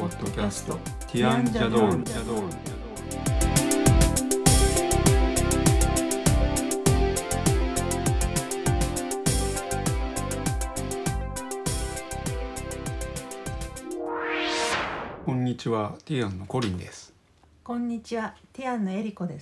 ポッドキャストティアンジャドール。こんにちは、ティアンのコリンです。 こんにちは、ティアンのエリコです。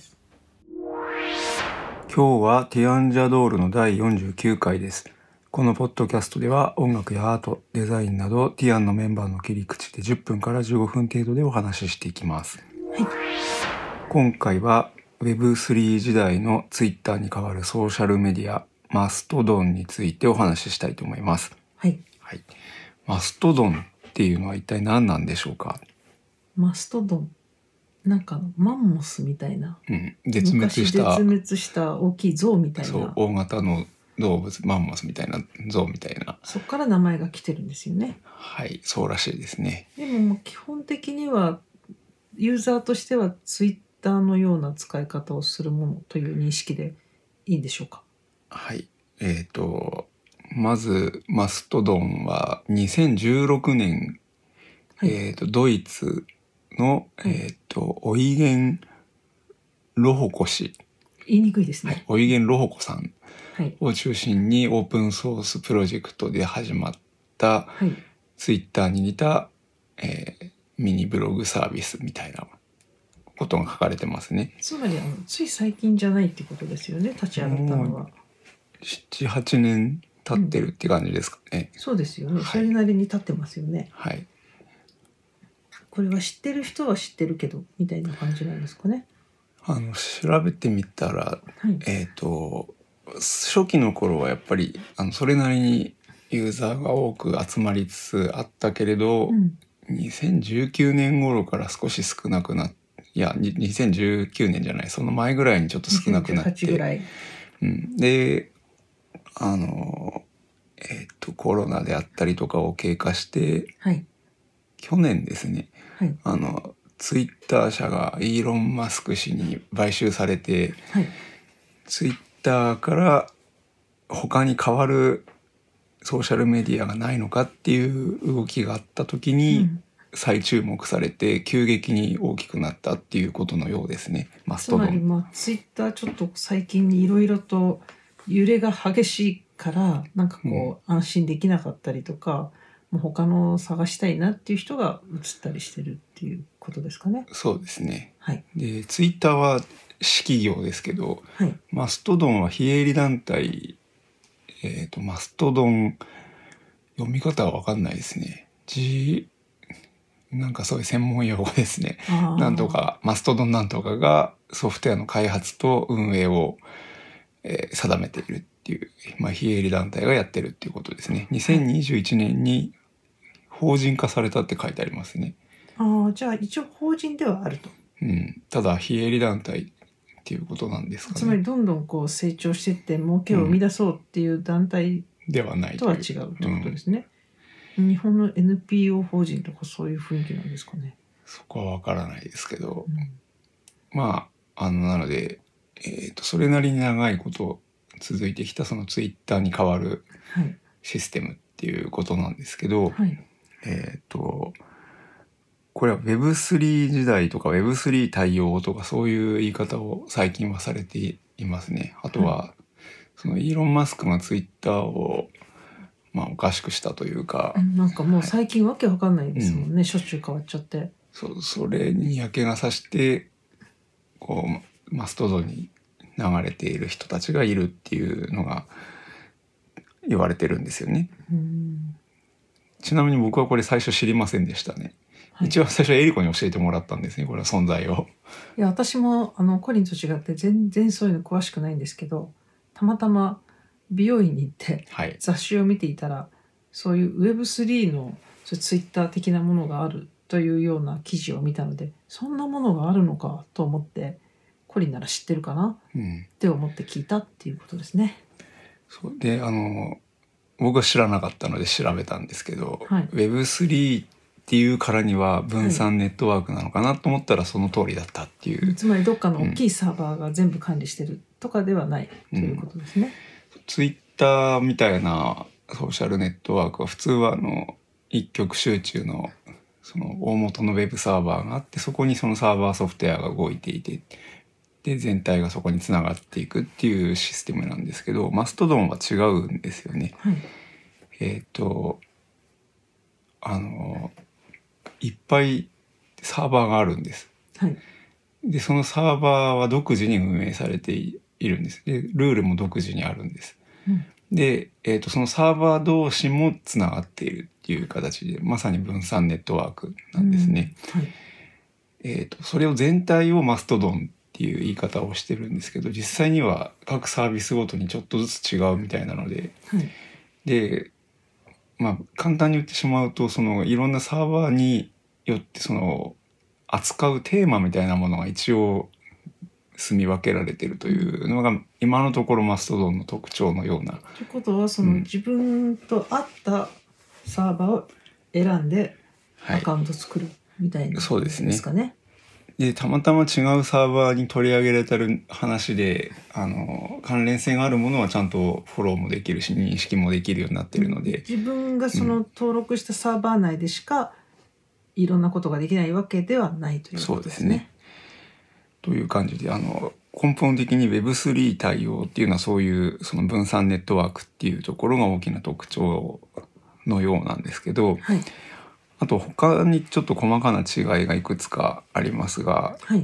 今日はティアンジャドールの第49回です。このポッドキャストでは音楽やアート、デザインなどティアンのメンバーの切り口で10分から15分程度でお話ししていきます。 はい、 今回は Web3 時代の Twitter に代わるソーシャルメディアマストドンについてお話ししたいと思います。 はい、 はい、マストドンっていうのは一体何なんでしょうか。 マストドン、なんかマンモスみたいな、 絶滅した大きい象みたいな、 そう大型の動物マンモスみたいな象みたいな、 そこから名前が来てるんですよね。 はい、そうらしいですね。 でも基本的にはユーザーとしてはツイッターのような使い方をするものという認識でいいんでしょうか。 はい、まずマストドンは2016年、 はい、 ドイツの、オイゲン・ロホコ氏、 言いにくいですね。 オイゲン・ロホコさんはい、 を中心にオープンソースプロジェクトで始まったはい、 ツイッターに似た、ミニブログサービスみたいなことが書かれてますね。 つまりつい最近じゃないってことですよね、立ち上がったのは。 7、8年経ってるって感じですかね。 そうですよね、 はい、 それなりに経ってますよね。 はい。 これは知ってる人は知ってるけどみたいな感じなんですかね。 調べてみたら、 はい、 初期の頃はやっぱりそれなりにユーザーが多く集まりつつあったけれど、2019年頃から少し少なくなって、いや2019年じゃない、その前ぐらいにちょっと少なくなって、 2018ぐらい、 でコロナであったりとかを経過して、 はい、 去年ですね、 はい、 ツイッター社がイーロン・マスク氏に買収されて、 はい、 ツイッターから他に代わるソーシャルメディアがないのかっていう動きがあった時に再注目されて急激に大きくなったっていうことのようですね。マストドン。 つまりツイッターちょっと最近いろいろと揺れが激しいからなんか安心できなかったりとか、もう他の探したいなっていう人が移ったりしてるっていうことですかね。 そうですね。 はい、 でツイッターは私企業ですけど、 はい、 マストドンは非営利団体、マストドン、読み方は分かんないですね。なんかそういう専門用語ですね。なんとかマストドンなんとかがソフトウェアの開発と運営を、定めているっていう、非営利団体がやってるっていうことですね。2021年に法人化されたって書いてありますね。 じゃあ一応法人ではあると。 ただ非営利団体っていうことなんですかね。 つまりどんどん成長していって儲けを生み出そうっていう団体ではないとは違うってことですね。日本の NPO 法人とかそういう雰囲気なんですかね。 そこは分からないですけど、なので、それなりに長いこと続いてきたそのツイッターに代わるシステムっていうことなんですけど、 はい、 これは Web3 時代とか Web3 対応とかそういう言い方を最近はされていますね。あとは、そのイーロン・マスクがツイッターをおかしくしたというか、 なんかもう最近わけわかんないですもんね、しょっちゅう変わっちゃって。 それに嫌気がさしてマストドンに流れている人たちがいるっていうのが言われてるんですよね。ちなみに僕はこれ最初知りませんでしたね。一番最初エリコに教えてもらったんですね、これは存在を。 いや私もコリンと違って全然そういうの詳しくないんですけど、たまたま美容院に行って雑誌を見ていたら、そういう Web3 のツイッター的なものがあるというような記事を見たので、そんなものがあるのかと思って、コリンなら知ってるかなって思って聞いたっていうことですね。 そうで僕は知らなかったので調べたんですけど、Web3 っていうからには分散ネットワークなのかなと思ったらその通りだったっていう、 つまりどっかの大きいサーバーが全部管理してるとかではないということですね。 ツイッターみたいなソーシャルネットワークは普通は一極集中のその大元のウェブサーバーがあって、そこにそのサーバーソフトウェアが動いていて、で全体がそこにつながっていくっていうシステムなんですけど、マストドンは違うんですよね。 はい、 いっぱいサーバーがあるんです。 はい、 でそのサーバーは独自に運営されているんです。でルールも独自にあるんです。 うん、 で、そのサーバー同士もつながっているっていう形で、まさに分散ネットワークなんですね。 はい、 それを全体をマストドンっていう言い方をしてるんですけど、実際には各サービスごとにちょっとずつ違うみたいなので、 はい、 で、まあ簡単に言ってしまうと、そのいろんなサーバーによってその扱うテーマみたいなものが一応住み分けられてるというのが今のところマストドンの特徴のような。 ということはその自分と合ったサーバーを選んでアカウント作るみたいなそうですね。 ですかね。 でたまたま違うサーバーに取り上げられてる話で、関連性があるものはちゃんとフォローもできるし認識もできるようになってるので、 自分がその登録したサーバー内でしかいろんなことができないわけではないということですね。 という感じで、根本的に Web3 対応っていうのはそういうその分散ネットワークっていうところが大きな特徴のようなんですけど、 はい、 あと他にちょっと細かな違いがいくつかありますが、 はい、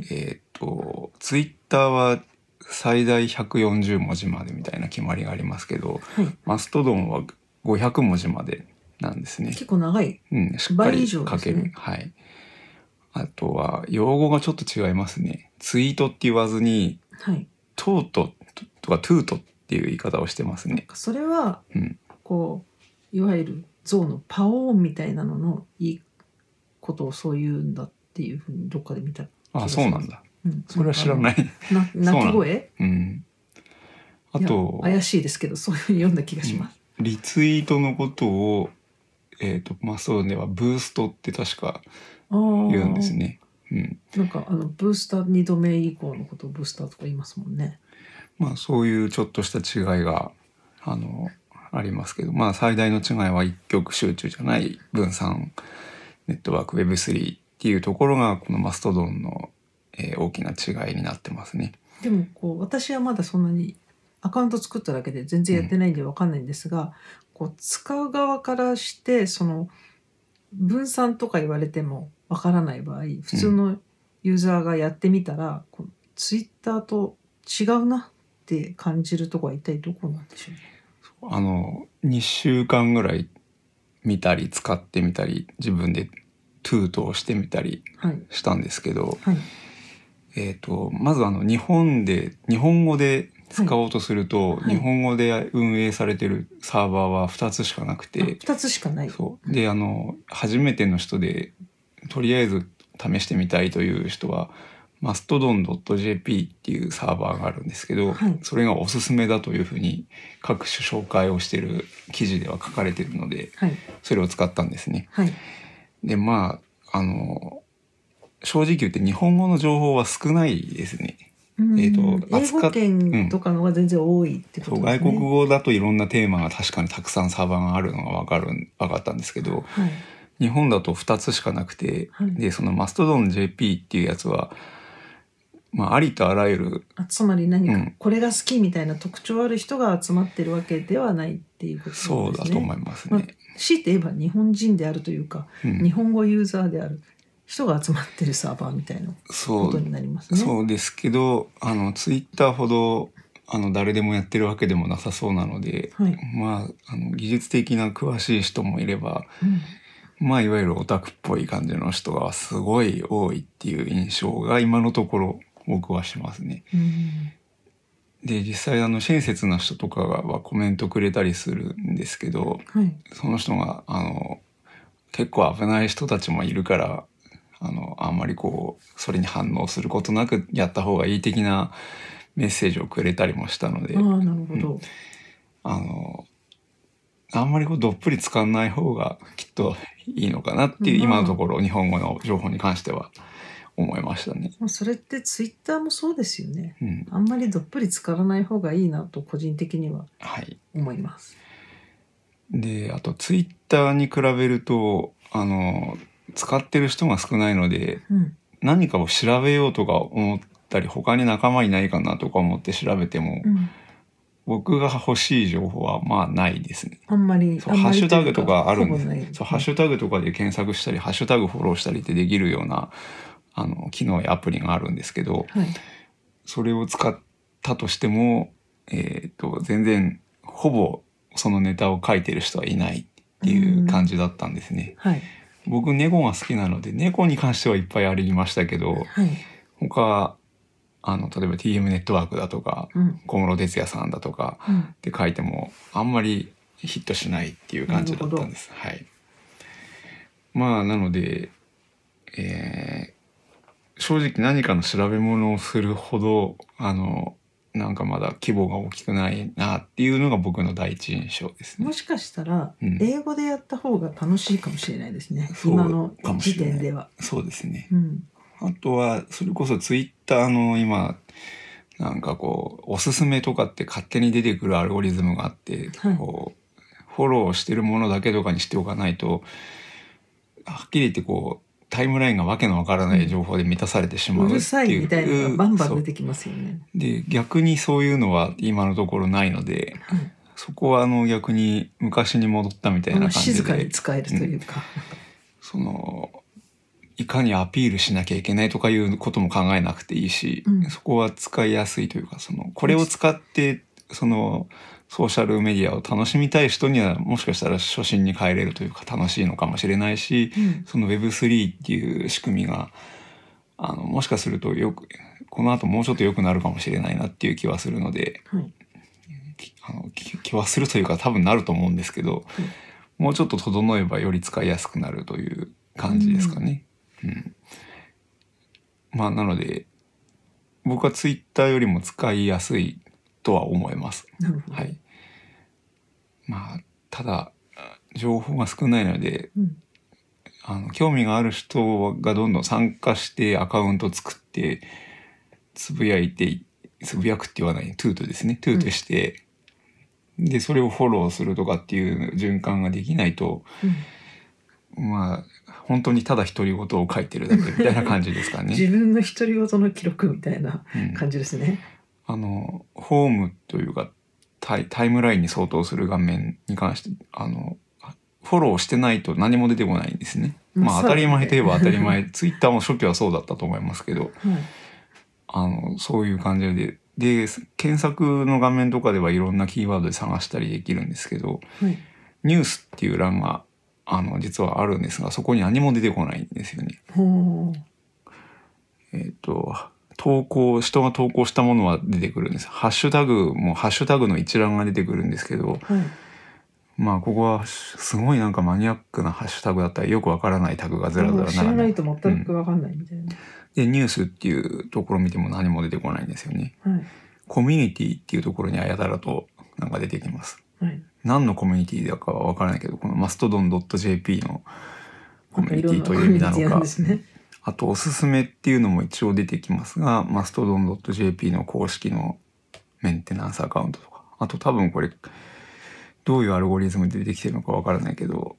Twitter は最大140文字までみたいな決まりがありますけど、 はい、 マストドンは500文字までなんですね。 結構長い、 しっかり書ける。はい。あとは用語がちょっと違いますね。ツイートって言わずに、 はい、 トートとかトゥートっていう言い方をしてますね。 それは、こういわゆる象のパオーンみたいなののいいことをそう言うんだっていうふうにどっかで見た。 あ、そうなんだ。それは知らない。 鳴き声？ あと怪しいですけどそういうふうに読んだ気がします。 リツイートのことをマストドンではブーストって確か言うんですね。 なんかブースター2度目以降のことをブースターとか言いますもんね。 まあそういうちょっとした違いがありますけど、まあ最大の違いは一極集中じゃない分散ネットワーク Web3 っていうところがこのマストドンの、大きな違いになってますね。 でも私はまだそんなにアカウント作っただけで全然やってないんで分かんないんですが、使う側からしてその分散とか言われても分からない場合、普通のユーザーがやってみたら、ツイッターと違うなって感じるところは一体どこなんでしょう。2週間ぐらい見たり使ってみたり自分でトゥートをしてみたりしたんですけど、まず日本語で使おうとすると、日本語で運営されてるサーバーは2つしかなくて、 2つしかない。 そうで初めての人でとりあえず試してみたいという人はマストドン .jp っていうサーバーがあるんですけど、それがおすすめだというふうに各種紹介をしている記事では書かれているので、それを使ったんですね。でまあ正直言って日本語の情報は少ないですね。 英語圏とかのが全然多いってことですね。 外国語だといろんなテーマが確かにたくさんサーバーがあるのが分かったんですけど、日本だと2つしかなくて、でそのマストドン JP っていうやつは、ありとあらゆるつまり何かこれが好きみたいな特徴ある人が集まってるわけではないっていうことですね。 そうだと思いますね。 強いて言えば日本人であるというか、日本語ユーザーである人が集まってるサーバーみたいなことになりますね。 そうですけどツイッターほど誰でもやってるわけでもなさそうなので、技術的な詳しい人もいれば、いわゆるオタクっぽい感じの人がすごい多いっていう印象が今のところ僕はしますね。で実際親切な人とかはコメントくれたりするんですけど、その人が結構危ない人たちもいるからあんまりそれに反応することなくやった方がいい的なメッセージをくれたりもしたので、あんまりどっぷり使わない方がきっといいのかなっていう、今のところ日本語の情報に関しては思いましたね。 それってツイッターもそうですよね。あんまりどっぷり使わない方がいいなと個人的には思います。 であとツイッターに比べると使ってる人が少ないので、 うん、 何かを調べようとか思ったり、他に仲間いないかなとか思って調べても、 うん、 僕が欲しい情報はまあないですね。 あんまりハッシュタグとかあるんです。 ほぼない。 そう、ハッシュタグとかで検索したり、ハッシュタグフォローしたりってできるような機能やアプリがあるんですけど、 はい、 それを使ったとしても、全然ほぼそのネタを書いてる人はいないっていう感じだったんですね。 はい、 僕猫が好きなので、猫に関してはいっぱいありましたけど、 はい、 他例えば TM ネットワークだとか、 うん、 小室哲哉さんだとかって書いてもあんまりヒットしないっていう感じだったんです。はい。まあなので、正直何かの調べ物をするほどなんかまだ規模が大きくないなっていうのが僕の第一印象ですね。 もしかしたら英語でやった方が楽しいかもしれないですね、今の時点では。 そうですね、あとはそれこそツイッターの今なんかこうおすすめとかって勝手に出てくるアルゴリズムがあって、こうフォローしてるものだけとかにしておかないと、はっきり言ってこうタイムラインがわけのわからない情報で満たされてしまうっていう、 うるさいみたいなのがバンバン出てきますよね。 で逆にそういうのは今のところないので、そこは逆に昔に戻ったみたいな感じで静かに使えるというか、 いかにアピールしなきゃいけないとかいうことも考えなくていいし、そこは使いやすいというか、これを使ってソーシャルメディアを楽しみたい人にはもしかしたら初心に帰れるというか楽しいのかもしれないし、その Web3 っていう仕組みがもしかするとこの後もうちょっと良くなるかもしれないなっていう気はするので、気はするというか多分なると思うんですけど、もうちょっと整えばより使いやすくなるという感じですかね。まあなので僕はツイッターよりも使いやすいとは思います。はい。まあただ情報が少ないので、興味がある人がどんどん参加してアカウント作ってつぶやくって言わないトゥートですね、トゥートして、でそれをフォローするとかっていう循環ができないと、まあ本当にただ独り言を書いてるだけみたいな感じですかね。 自分の独り言の記録みたいな感じですね。 ホームというかタイムラインに相当する画面に関してフォローしてないと何も出てこないんですね。まあ当たり前といえば当たり前ツイッターも初期はそうだったと思いますけど、そういう感じで検索の画面とかではいろんなキーワードで探したりできるんですけど、ニュースっていう欄が実はあるんですが、そこに何も出てこないんですよね。人が投稿したものは出てくるんです。ハッシュタグもハッシュタグの一覧が出てくるんですけど、まあここはすごいなんかマニアックなハッシュタグだったりよくわからないタグがずらずら並んで、 知らないと全くわかんないみたいな。 でニュースっていうところを見ても何も出てこないんですよね。コミュニティっていうところにやたらとなんか出てきます。何のコミュニティだかはわからないけど、このマストドン .jp のコミュニティという意味なのか、あとおすすめっていうのも一応出てきますが、マストドン .jp の公式のメンテナンスアカウントとか、あと多分これどういうアルゴリズムで出てきてるのかわからないけど、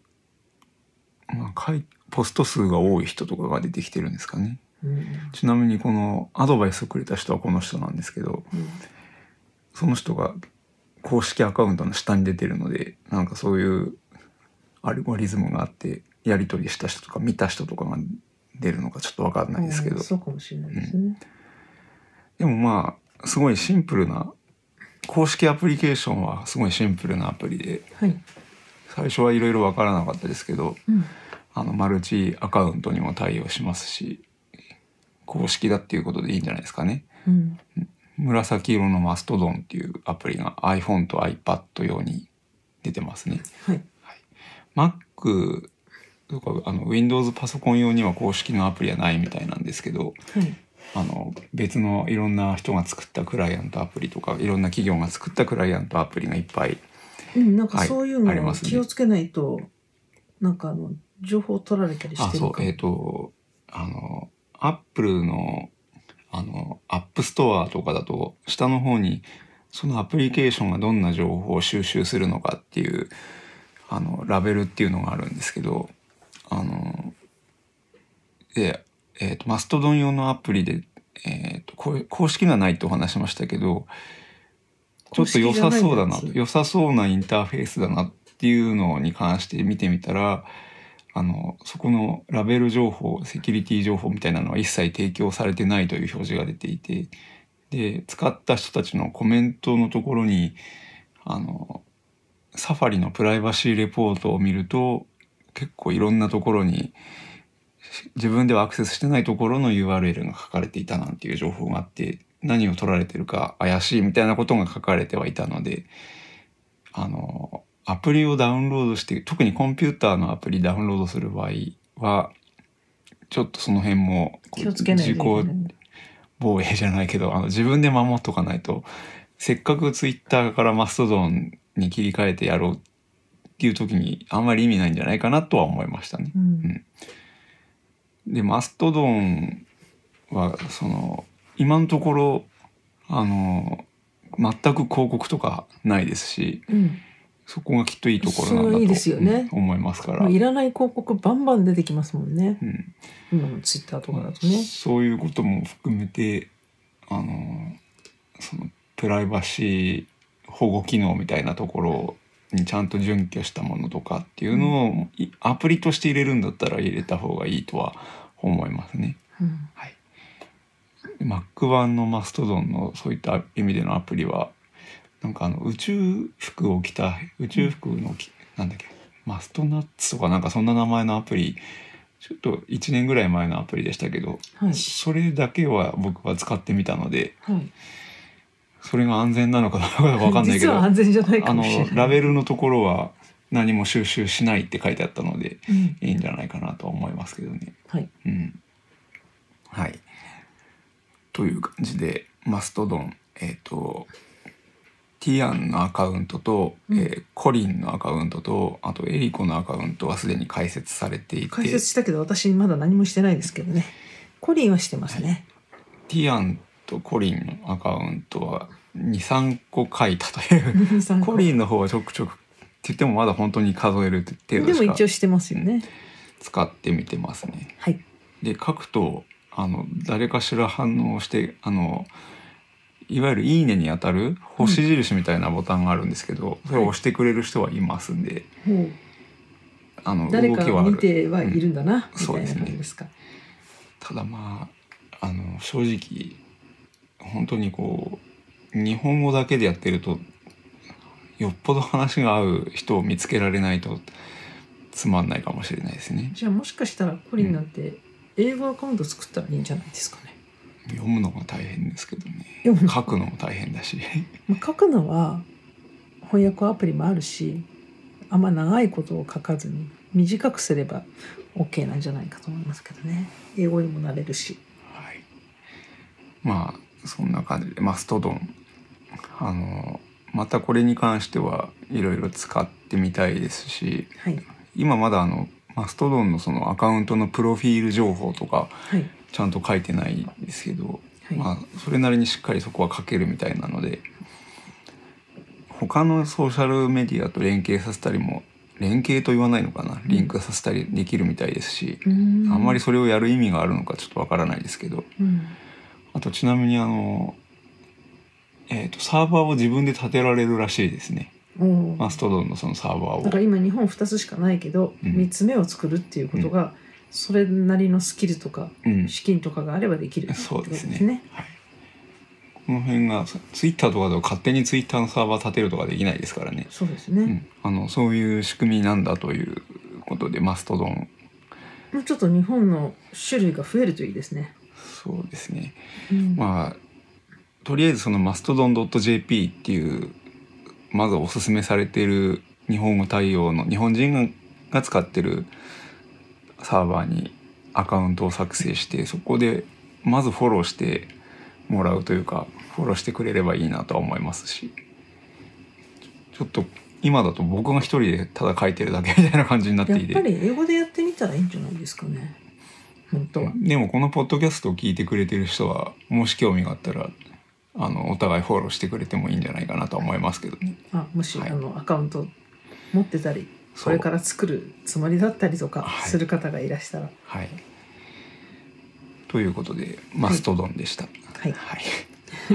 ポスト数が多い人とかが出てきてるんですかね。ちなみにこのアドバイスをくれた人はこの人なんですけど、その人が公式アカウントの下に出てるので、なんかそういうアルゴリズムがあってやり取りした人とか見た人とかが出るのかちょっと分かんないですけど、 そうかもしれないですね。 でもまあすごいシンプルな公式アプリケーションはすごいシンプルなアプリで、最初はいろいろ分からなかったですけど、マルチアカウントにも対応しますし、公式だっていうことでいいんじゃないですかね。紫色のマストドンっていうアプリが iPhone と iPad 用に出てますね。Mac とかWindows パソコン用には公式のアプリはないみたいなんですけど、別のいろんな人が作ったクライアントアプリとかいろんな企業が作ったクライアントアプリがいっぱい、 なんかそういうのを気をつけないと、なんか情報取られたりしてるかも。 アップルのアップストアとかだと下の方にそのアプリケーションがどんな情報を収集するのかっていうラベルっていうのがあるんですけど、 で、マストドン用のアプリで、公式がないとお話しましたけど、ちょっと良さそうだな、良さそうなインターフェースだなっていうのに関して見てみたら、そこのラベル情報、セキュリティ情報みたいなのは一切提供されてないという表示が出ていて、で、使った人たちのコメントのところに、サファリのプライバシーレポートを見ると、結構いろんなところに自分ではアクセスしてないところの URL が書かれていたなんていう情報があって、何を取られてるか怪しいみたいなことが書かれてはいたので、アプリをダウンロードして、特にコンピューターのアプリダウンロードする場合は、ちょっとその辺も気をつけないといけない。 自己防衛じゃないけど、自分で守っとかないと、せっかくツイッターからマストドンに切り替えてやろうっていう時にあんまり意味ないんじゃないかなとは思いましたね。で、マストドンは今のところ全く広告とかないですし、そこがきっといいところなんだといいですよね、 思いますから。 いらない広告バンバン出てきますもんね。今のツイッターとかだとね。 そういうことも含めてそのプライバシー保護機能みたいなところにちゃんと準拠したものとかっていうのを、アプリとして入れるんだったら入れた方がいいとは思いますね。はい。Mac 版のマストドンのそういった意味でのアプリはなんか宇宙服を着た宇宙服のなんだっけ、マストナッツとかなんかそんな名前のアプリ、ちょっと1年ぐらい前のアプリでしたけど、それだけは僕は使ってみたので、それが安全なのかどうかわかんないけど、 実は安全じゃないかもしれない。 ラベルのところは何も収集しないって書いてあったので、いいんじゃないかなと思いますけどね。はい。はい。という感じでマストドン、ティアンのアカウントと、コリンのアカウントと、あとエリコのアカウントはすでに開設されていて、 開設したけど私まだ何もしてないですけどね。コリンはしてますね。 ティアンとコリンのアカウントは 2,3 個書いたというコリンの方はちょくちょくって言ってもまだ本当に数える程度しか、 でも一応してますよね。 使ってみてますね。 はい。 で書くと誰かしら反応していわゆるいいねに当たる星印みたいなボタンがあるんですけど、それを押してくれる人はいますんで、 誰かが見てはいるんだな、みたいな感じですか。 ただまあ正直本当に日本語だけでやってるとよっぽど話が合う人を見つけられないとつまんないかもしれないですね。 じゃあもしかしたらコリンなんて英語アカウント作ったらいいんじゃないですかね。 読むのが大変ですけどね。書くのも大変だし書くのは翻訳アプリもあるし、あんま長いことを書かずに短くすれば OK なんじゃないかと思いますけどね。英語にもなれるし。 はい。まあそんな感じでマストドンまたこれに関してはいろいろ使ってみたいですし、今まだマストドンのそのアカウントのプロフィール情報とかちゃんと書いてないんですけど、まあそれなりにしっかりそこは書けるみたいなので、他のソーシャルメディアと連携させたりも、連携と言わないのかな、リンクさせたりできるみたいですし、あんまりそれをやる意味があるのかちょっとわからないですけど、あとちなみにサーバーを自分で立てられるらしいですね。マストドンのそのサーバーを。 だから今日本2つしかないけど、3つ目を作るっていうことが、それなりのスキルとか、資金とかがあればできるってことですね。はい。 この辺がツイッターとかでは勝手にツイッターのサーバー立てるとかできないですからね。 そうですね。 そういう仕組みなんだということでマストドン。 もうちょっと日本の種類が増えるといいですね。 そうですね。まあとりあえずそのマストドン .jp っていうまずおすすめされている日本語対応の日本人が使ってるサーバーにアカウントを作成して、そこでまずフォローしてもらうというか、フォローしてくれればいいなとは思いますし、ちょっと今だと僕が一人でただ書いてるだけみたいな感じになっていて、 やっぱり英語でやってみたらいいんじゃないですかね。本当は。 でもこのポッドキャストを聞いてくれてる人はもし興味があったらお互いフォローしてくれてもいいんじゃないかなと思いますけどね。 もし、アカウント持ってたりこれから作るつもりだったりとかする方がいらしたら、 ということでマストドンでした。 はいはい、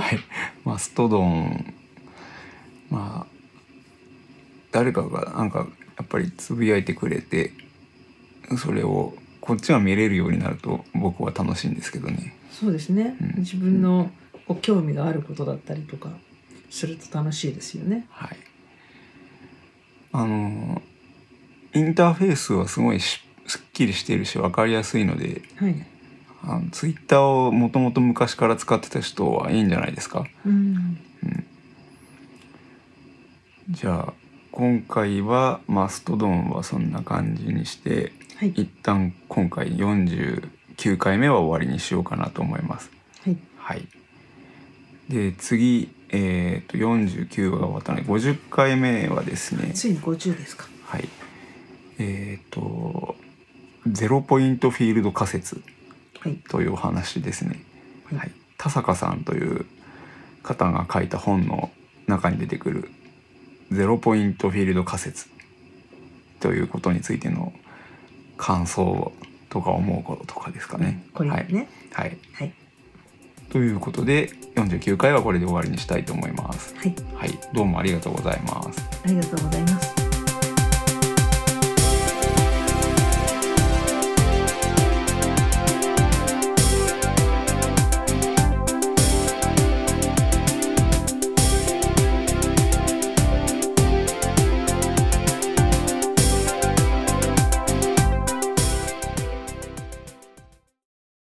はい、マストドン、まあ誰かがなんかやっぱりつぶやいてくれて、それをこっちが見れるようになると僕は楽しいんですけどね。 そうですね、自分の興味があることだったりとかすると楽しいですよね。 はい、インターフェースはすごいすっきりしているし分かりやすいので、 はい、 ツイッターをもともと昔から使ってた人はいいんじゃないですか。じゃあ今回はマストドンはそんな感じにして、 はい、 一旦今回49回目は終わりにしようかなと思います。 はい、 はい、で次、49話が終わったので50回目はですね、 ついに50ですか。 はい、ゼロポイントフィールド仮説というお話ですね。はい、田坂さんという方が書いた本の中に出てくるゼロポイントフィールド仮説ということについての感想とか思うこととかですかね。 これね。 はい。はい。ということで49回はこれで終わりにしたいと思います。 はい。 はい。どうもありがとうございます。 ありがとうございます。